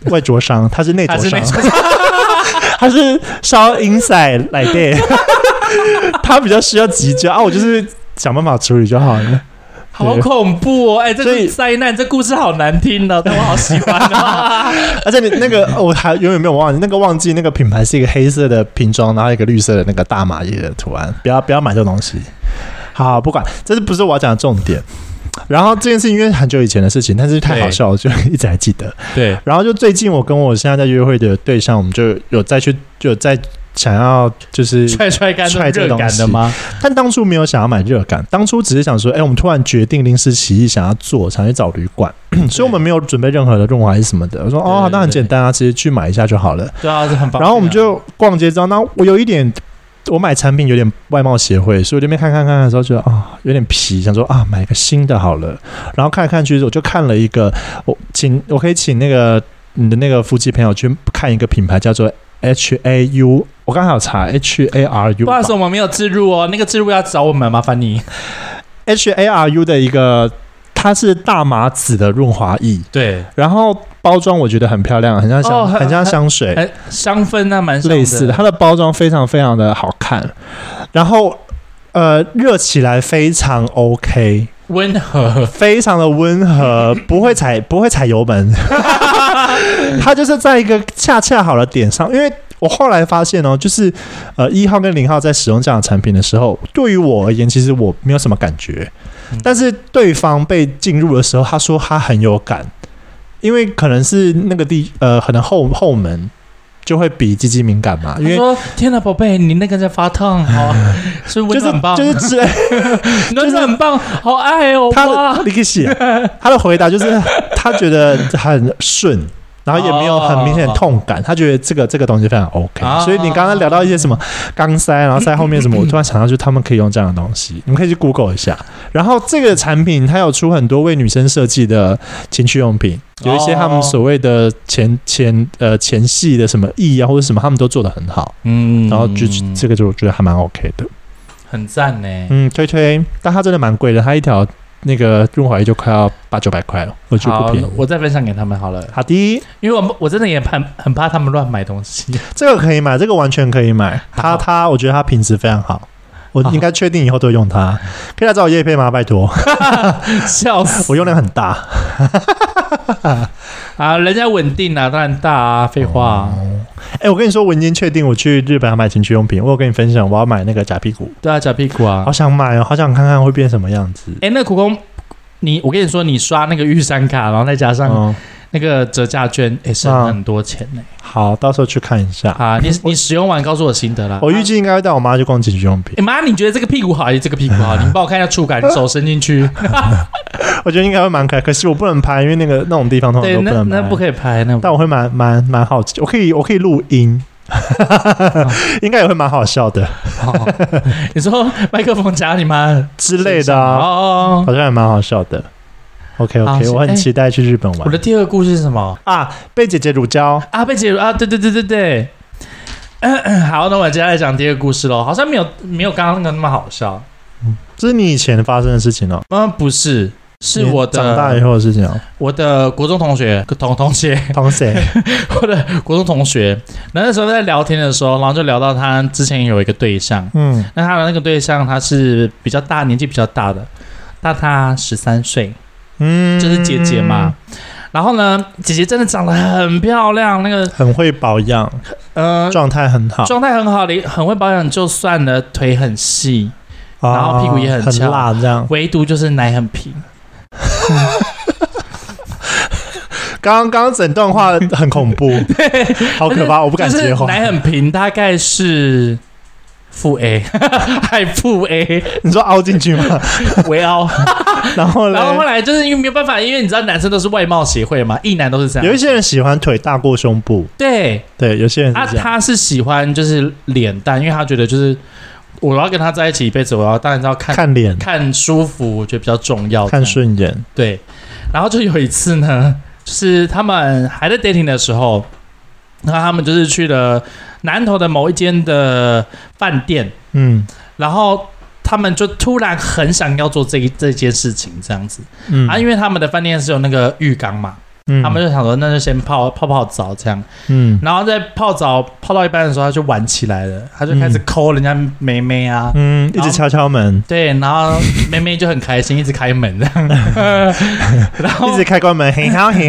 外灼伤，他是内灼伤，他是烧 inside 来的，他比较需要急救啊，我就是想办法处理就好了。 好恐怖哦！哎，这个灾难，这故事好难听哦，但我好喜欢哦。 而且你那个，我还永远没有忘记那个品牌是一个黑色的瓶装，然后一个绿色的那个大麻叶的图案，不要买这种东西。好，不管，这不是我要讲的重点。然后这件事情因为很久以前的事情，但是太好笑了，就一直还记得。 对。 然后就最近我跟我现在在约会的对象，我们就有在想要就是踹这个东西的吗？ 但当初没有想要买热感，当初只是想说，我们突然决定临时起意想要做，想去找旅馆，所以我们没有准备任何的润滑还是什么的。我说那很简单啊，直接去买一下就好了。 对啊，这很棒。 然后我们就逛街之后，那我有一点。我买产品有点外贸协会，所以我这边看的时候觉得有点皮，想说买一个新的好了。然后看来看去，我就看了一个，我可以请那个你的那个夫妻朋友去看一个品牌叫做 HAU， 我刚才有查 HARU， 不好意思，我们没有置入哦，那个置入要找我们，麻烦你。 HARU 的一个。它是大麻籽的润滑液， 对， 然后包装我觉得很漂亮，很像香水， 香氛啊，蛮类似的。它的包装非常非常的好看，然后热起来非常 OK， 温和， 非常的温和，不会踩油门，它就是在一个恰恰好的点上，因为。我后来发现就是1号跟0号在使用这样的产品的时候，对于我而言，其实我没有什么感觉，但是对方被进入的时候，他说他很有感，因为可能是那个可能后门就会比鸡鸡敏感嘛。因为说天哪，宝贝，你那个在发烫，好，是温度很棒， 就是很棒，好爱哦。 你可以写他的回答就是他觉得很顺。然后也没有很明显的痛感，他觉得这个东西非常 OK，所以你刚刚聊到一些什么钢塞，然后塞后面什么，我突然想到，就是他们可以用这样的东西，你们可以去 Google 一下。然后这个产品它有出很多为女生设计的情趣用品，有一些他们所谓的前戏的什么液啊或者什么，他们都做得很好，然后就这个就我觉得还蛮 OK 的， 很赞呢。 推，但它真的蛮贵的，它一条。那个润滑液就快要800-900块了，我觉得不便宜。 我再分享给他们好了。 好的， 因为我真的也很怕他们乱买东西。 这个可以买，这个完全可以买。我觉得它品质非常好，我应该确定以后都用它。可以来找我业配吗？拜托， 笑死！ 我用量很大。 啊，人家稳定啊，当然大啊，废话。 我跟你说，我已经确定我去日本要买情趣用品。我有跟你分享，我要买那个假屁股。 对啊，假屁股啊， 好想买哦，好想看看会变什么样子。 那苦工，我跟你说，你刷那个玉山卡，然后再加上那个折价券，省很多钱呢。 好，到时候去看一下啊。你使用完告诉我心得啦。 我预计应该会带我妈去逛情趣用品。 妈，你觉得这个屁股好还是这个屁股好？你帮我看一下触感，你手伸进去。 我觉得应该会蛮可爱，可惜我不能拍，因为那种地方通常都不能拍。 那不可以拍， 但我会蛮好奇，我可以录音，应该也会蛮好笑的。 你说麦克风夹你妈之类的好像也蛮好笑的。OK， 我很期待去日本玩。 我的第二个故事是什么啊？被姐姐乳胶啊，被姐姐啊，对。好，那我接下来讲第二个故事咯，好像没有刚刚那个那么好笑。 这是你以前发生的事情哦？ 不是，是我的长大以后的事情哦。 我的国中同学，我的国中同学，那时候在聊天的时候，然后就聊到他之前有一个对象，那他的那个对象他是比较大，年纪比较大的，大他13岁。就是姐姐嘛，然后呢，姐姐真的长得很漂亮，那个很会保养，状态很好， 很会保养就算了，腿很细，然后屁股也很翘， 辣这样， 唯独就是奶很平。 刚刚整段话很恐怖，好可怕，我不敢接话。 奶很平，大概是。负 A 还负 A， 你说凹进去吗？ 微凹， 然后后来就是因为没有办法，因为你知道男生都是外貌协会嘛，异男都是这样。 有一些人喜欢腿大过胸部， 对， 有些人是这样。 他是喜欢就是脸蛋，因为他觉得就是我要跟他在一起一辈子，我要当然要看脸看舒服，我觉得比较重要， 看顺眼。 对，然后就有一次呢，就是他们还在 dating 的时候。然后他们就是去了南投的某一间的饭店，然后他们就突然很想要做这件事情，这样子，因为他们的饭店是有那个浴缸嘛， 他们就想说那就先泡澡这样，然后在泡澡泡到一半的时候他就玩起来了，他就开始抠人家妹妹啊， 一直敲敲门， 对，然后妹妹就很开心，一直开门这样，然后一直开关门，很好，这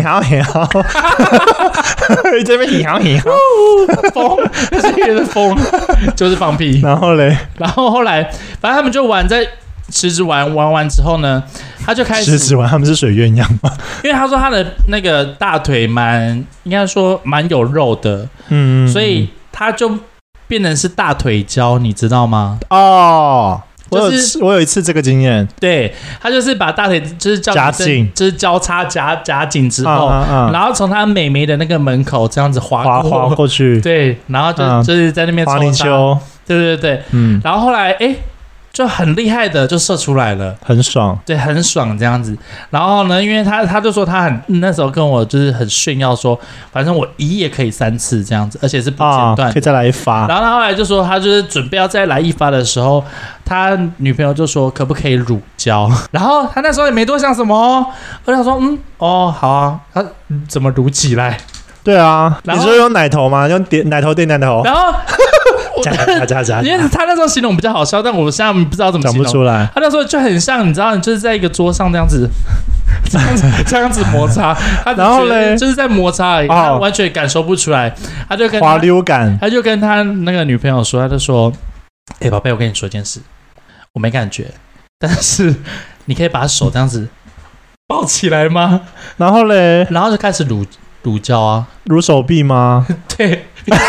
边很好， 疯，这个是疯，就是放屁。然后后来，反正他们就玩在池子玩完之后呢，他就开始池子玩，他们是水鸳鸯吗？ 因为他说他的那个大腿应该说蛮有肉的，所以他就变成是大腿胶，你知道吗？ 哦。我有一次这个经验， 对，他就是把大腿就是夹紧， 就是交叉夹紧之后，然后从他美眉的那个门口这样子滑过去， 对，然后就是在那边滑泥鳅， 对，然后后来就很厉害的就射出来了， 很爽， 对，很爽这样子。然后呢，因为他就说他那时候跟我就是很炫耀说，反正我一夜可以3次这样子，而且是不间断， 可以再来一发。 然后他后来就说他就是准备要再来一发的时候，他女朋友就说可不可以乳胶？然后他那时候也没多想什么，我想说好啊，他怎么乳起来？ 对啊，你说用奶头吗？用奶头垫奶头？ 然后。 加， 因为他那时候形容比较好笑，但我现在不知道怎么形容， 讲不出来。 他那时候就很像，你知道，就是在一个桌上这样子摩擦， 然后嘞， 就是在摩擦而已，他完全感受不出来。他就跟滑溜感， 他就跟他那个女朋友说，他就说：“宝贝，我跟你说一件事，我没感觉，但是你可以把手这样子抱起来吗？” 然后嘞， 然后就开始乳胶啊， 乳手臂吗？ 对。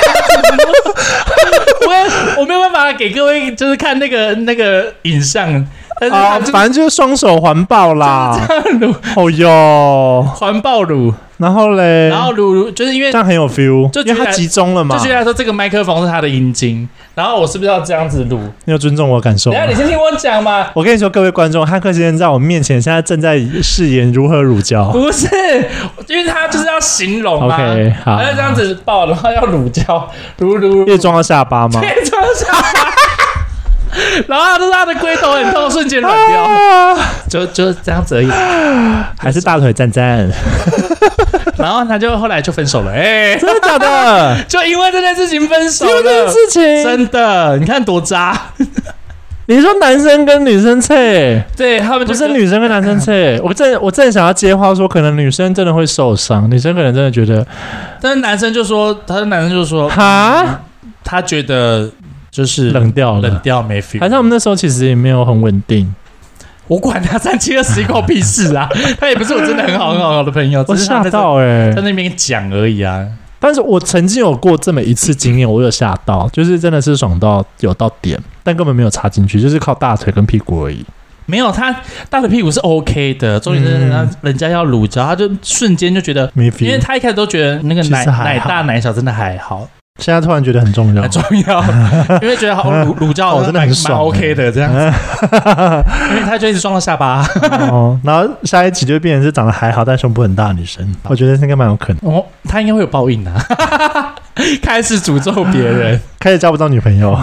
我没有办法给各位就是看那个影像，但是反正就是双手环抱啦， 就是这样乳， 哦哟， 环抱乳， 然后嘞， 然后乳就是因为这样很有 feel， 就因为它集中了嘛， 就觉得说这个麦克风是他的阴茎，然后我是不是要这样子录？ 你有尊重我的感受吗？ 等一下你先听我讲嘛。 我跟你说，各位观众，汉克先生在我面前现在正在饰演如何乳胶， 不是，因为他就是要形容嘛 ，OK， 好， 他要这样子抱，然后要乳胶，乳， 可以装到下巴吗？ 可以装到下巴。然后他的龟头很痛，瞬间软掉，就这样子而已， 还是大腿赞赞。 然后他就后来就分手了， 真的假的？ 就因为这件事情分手了， 因为这件事情， 真的，你看多渣。 你说男生跟女生脆， 对他们不是女生跟男生脆。我正想要接话说，可能女生真的会受伤，女生可能真的觉得， 但是男生就说， 哈， 他觉得就是冷掉没 feel。 还是我们那时候其实也没有很稳定。 我管他3720关我屁事啊！他也不是我真的很好的朋友， 我吓到在那边讲而已啊。 但是我曾经有过这么一次经验，我有吓到，就是真的是爽到有到点，但根本没有插进去，就是靠大腿跟屁股而已。 没有，他大腿屁股是 OK 的，重点是人家要乳胶，他就瞬间就觉得，因为他一开始都觉得那个奶大奶小真的还好。 现在突然觉得很重要， 因为觉得乳胶真的很爽， 蛮 OK 的这样子，因为他就一直撞到下巴。 然后下一集就变成是长得还好但胸部很大的女生，我觉得应该蛮有可能。 他应该会有报应啊，开始诅咒别人， 开始交不到女朋友。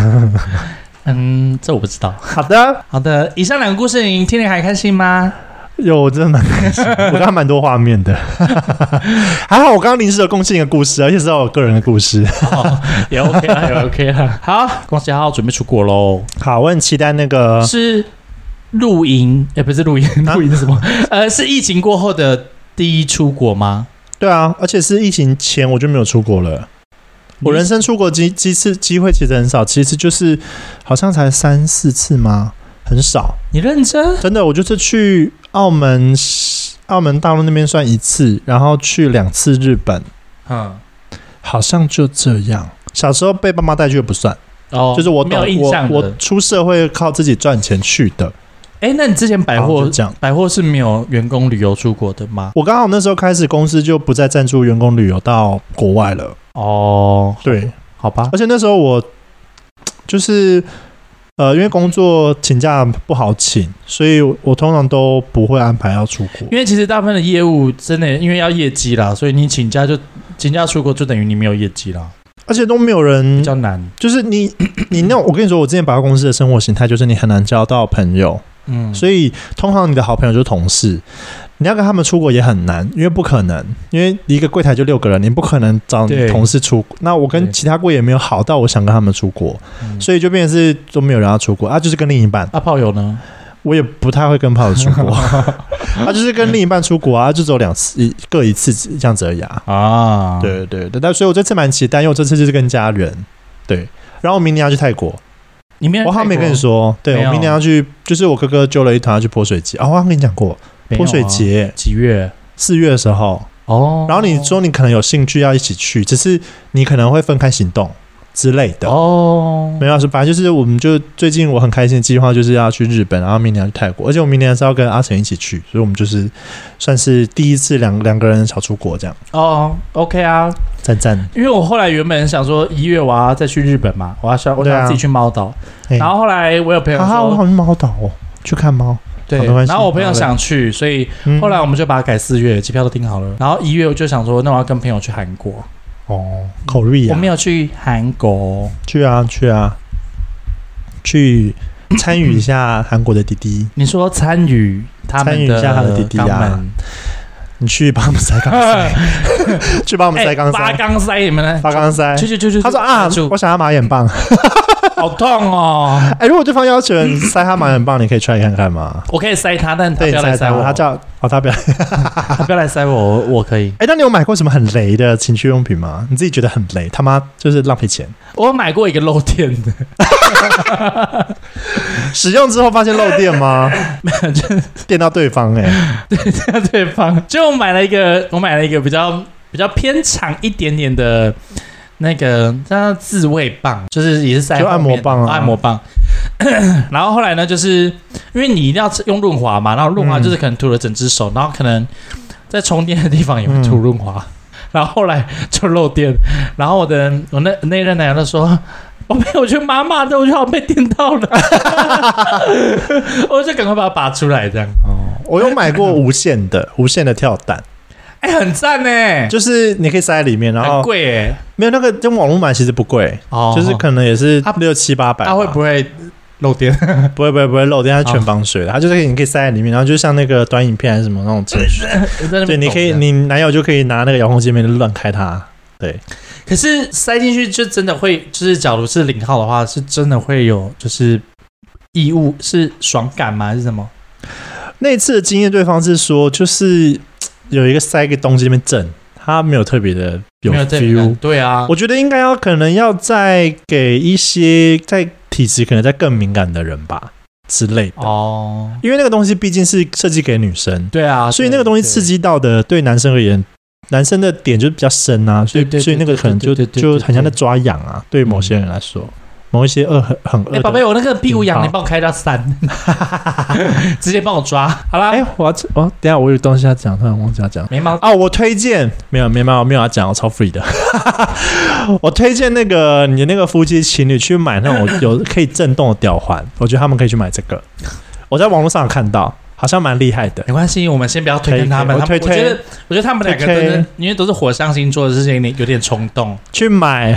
这我不知道。 好的，以上2个故事您听得还开心吗？ 有，真的蛮开心，我刚刚蛮多画面的。还好我刚刚临时有贡献一个故事，而且是我个人的故事， 也 OK 啦，也 OK 啦。好，恭喜浩准备出国喽！ 好，我很期待那个是露营，不是露营，露营是什么？是疫情过后的第一出国吗？ 对啊，而且是疫情前我就没有出国了。我人生出国机会其实很少，其实就是好像才3-4次吗？很少。 你认真？ 真的，我就是去澳门大陆那边算1次，然后去2次日本，好像就这样。小时候被爸妈带去的不算，就是我没有印象的。 我出社会靠自己赚钱去的。 那你之前百货是没有员工旅游出国的吗？ 我刚好那时候开始公司就不再赞助员工旅游到国外了。对， 好吧。 而且那时候我就是因为工作请假不好请，所以我通常都不会安排要出国。因为其实大部分的业务真的因为要业绩啦，所以你请假出国就等于你没有业绩啦。 而且都没有人， 比较难。 就是你那种，我跟你说，我之前百货公司的生活形态就是你很难交到朋友。 所以通常你的好朋友就是同事，你要跟他们出国也很难，因为不可能，因为一个柜台就6个人，你不可能找你同事出国。那我跟其他柜也没有好到我想跟他们出国，所以就变成是都没有人要出国就是跟另一半。 炮友呢？ 我也不太会跟炮友出国，就是跟另一半出国就只有2次，各1次这样子而已对对对，但所以我这次蛮期待，因为我这次就是跟家人，对，然后我明年要去泰国。我好像没跟你说，对，我明年要去，就是我哥哥揪了一团要去泼水节我好像跟你讲过，泼水节几月 ？4月的时候然后你说你可能有兴趣要一起去，只是你可能会分开行动之类的没有反正就是我们就最近我很开心的计划就是要去日本，然后明年要去泰国，而且我明年是要跟阿成一起去，所以我们就是算是第一次两个人小出国这样。 OK 啊， 赞。 因为我后来原本想说1月我要再去日本嘛，我想自己去猫岛，然后后来我有朋友说我好去猫岛去看猫。 对，然后我朋友想去，所以后来我们就把它改4月，机票都订好了。然后1月我就想说，那我要跟朋友去韩国。 口瑞我没有去韩国。 去啊，去参与一下韩国的弟弟。 你说参与他们的弟弟你去帮他们塞钢塞，去帮我们塞钢塞， 发钢塞你们呢？ 发钢塞， 去。 他说我想要马眼棒。 好痛如果对方要求你塞他马眼棒，你可以 try 看看吗？ 我可以塞他，但他不要来塞我。 他不要， 他不要来塞我，我可以。 那你有买过什么很雷的情趣用品吗？你自己觉得很雷，他妈就是浪费钱。 我有买过一个漏电的， 使用之后发现漏电吗？ 没有，就电到对方对，电到对方。就我买了一个比较偏长一点点的。那个叫自慰棒，就是也是塞就按摩棒按摩棒。然后后来呢，就是因为你一定要用润滑嘛，然后润滑就是可能涂了整只手，然后可能在充电的地方也会涂润滑，然后后来就漏电。然后我那任男友就说：“我没有去妈妈的，我就好像被电到了。”我就赶快把它拔出来，这样。 我有买过无线的跳蛋。 很赞耶， 就是你可以塞在里面，然后很贵耶。 没有那个用网络买其实不贵就是可能也是600-700、800。 它会不会漏电？ 不会漏电，它是全防水的。它就是你可以塞在里面，然后就像那个短影片还是什么那种程序，对，你男友就可以拿那个遥控界面乱开它。对， 可是塞进去就真的会，就是假如是0号的话，是真的会有就是异物，是爽感吗？还是什么？ 那一次的经验，对方是说就是有一个塞个东西那边震，他没有特别的有 feel。 对啊， 我觉得应该可能要再给一些在体质可能再更敏感的人吧之类的因为那个东西毕竟是设计给女生， 对啊， 所以那个东西刺激到的对男生而言，男生的点就比较深所以那个可能就很像在抓痒对于某些人来说。某一些很恶宝贝，我那个屁股痒，你帮我开到3，直接帮我抓。好啦， 等一下我有东西要讲，突然忘记要讲。 眉毛我推荐没有要讲，我超 free 的。我推荐你的那个夫妻情侣去买那种有可以震动的吊环，我觉得他们可以去买这个。我在网络上有看到，好像蛮厉害的。 没关系，我们先不要推荐他们。我觉得他们2个真的，因为都是火象星座的事情，有点冲动去买。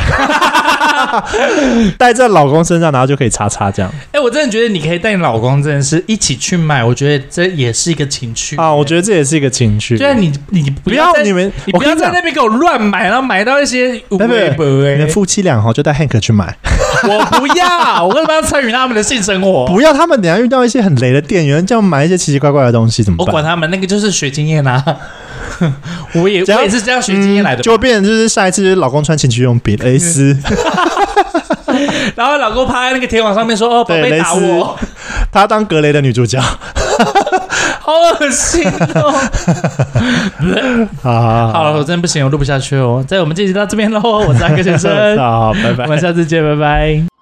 带在老公身上，然后就可以擦擦这样。 我真的觉得你可以带你老公，真的是一起去买。我觉得这也是一个情趣我觉得这也是一个情趣。 对啊，你不要你不要在那边给我乱买，然后买到一些你的夫妻俩就带 Hank 去买。 我不要，我为什么要参与他们的性生活？ 不要，他们等一下遇到一些很雷的店员，叫买一些奇奇怪怪的东西怎么办？ 我管他们，那个就是学经验我也是这样学经验来的就会变成就是下一次就是老公穿情趣用品蕾丝然后老公趴在那个铁网上面说：“宝贝打我。” 他当格雷的女主角， 好恶心好了，我真不行，我录不下去在我们这集到这边喽，我是阿克先生， 好，拜拜， 我们下次见，拜拜。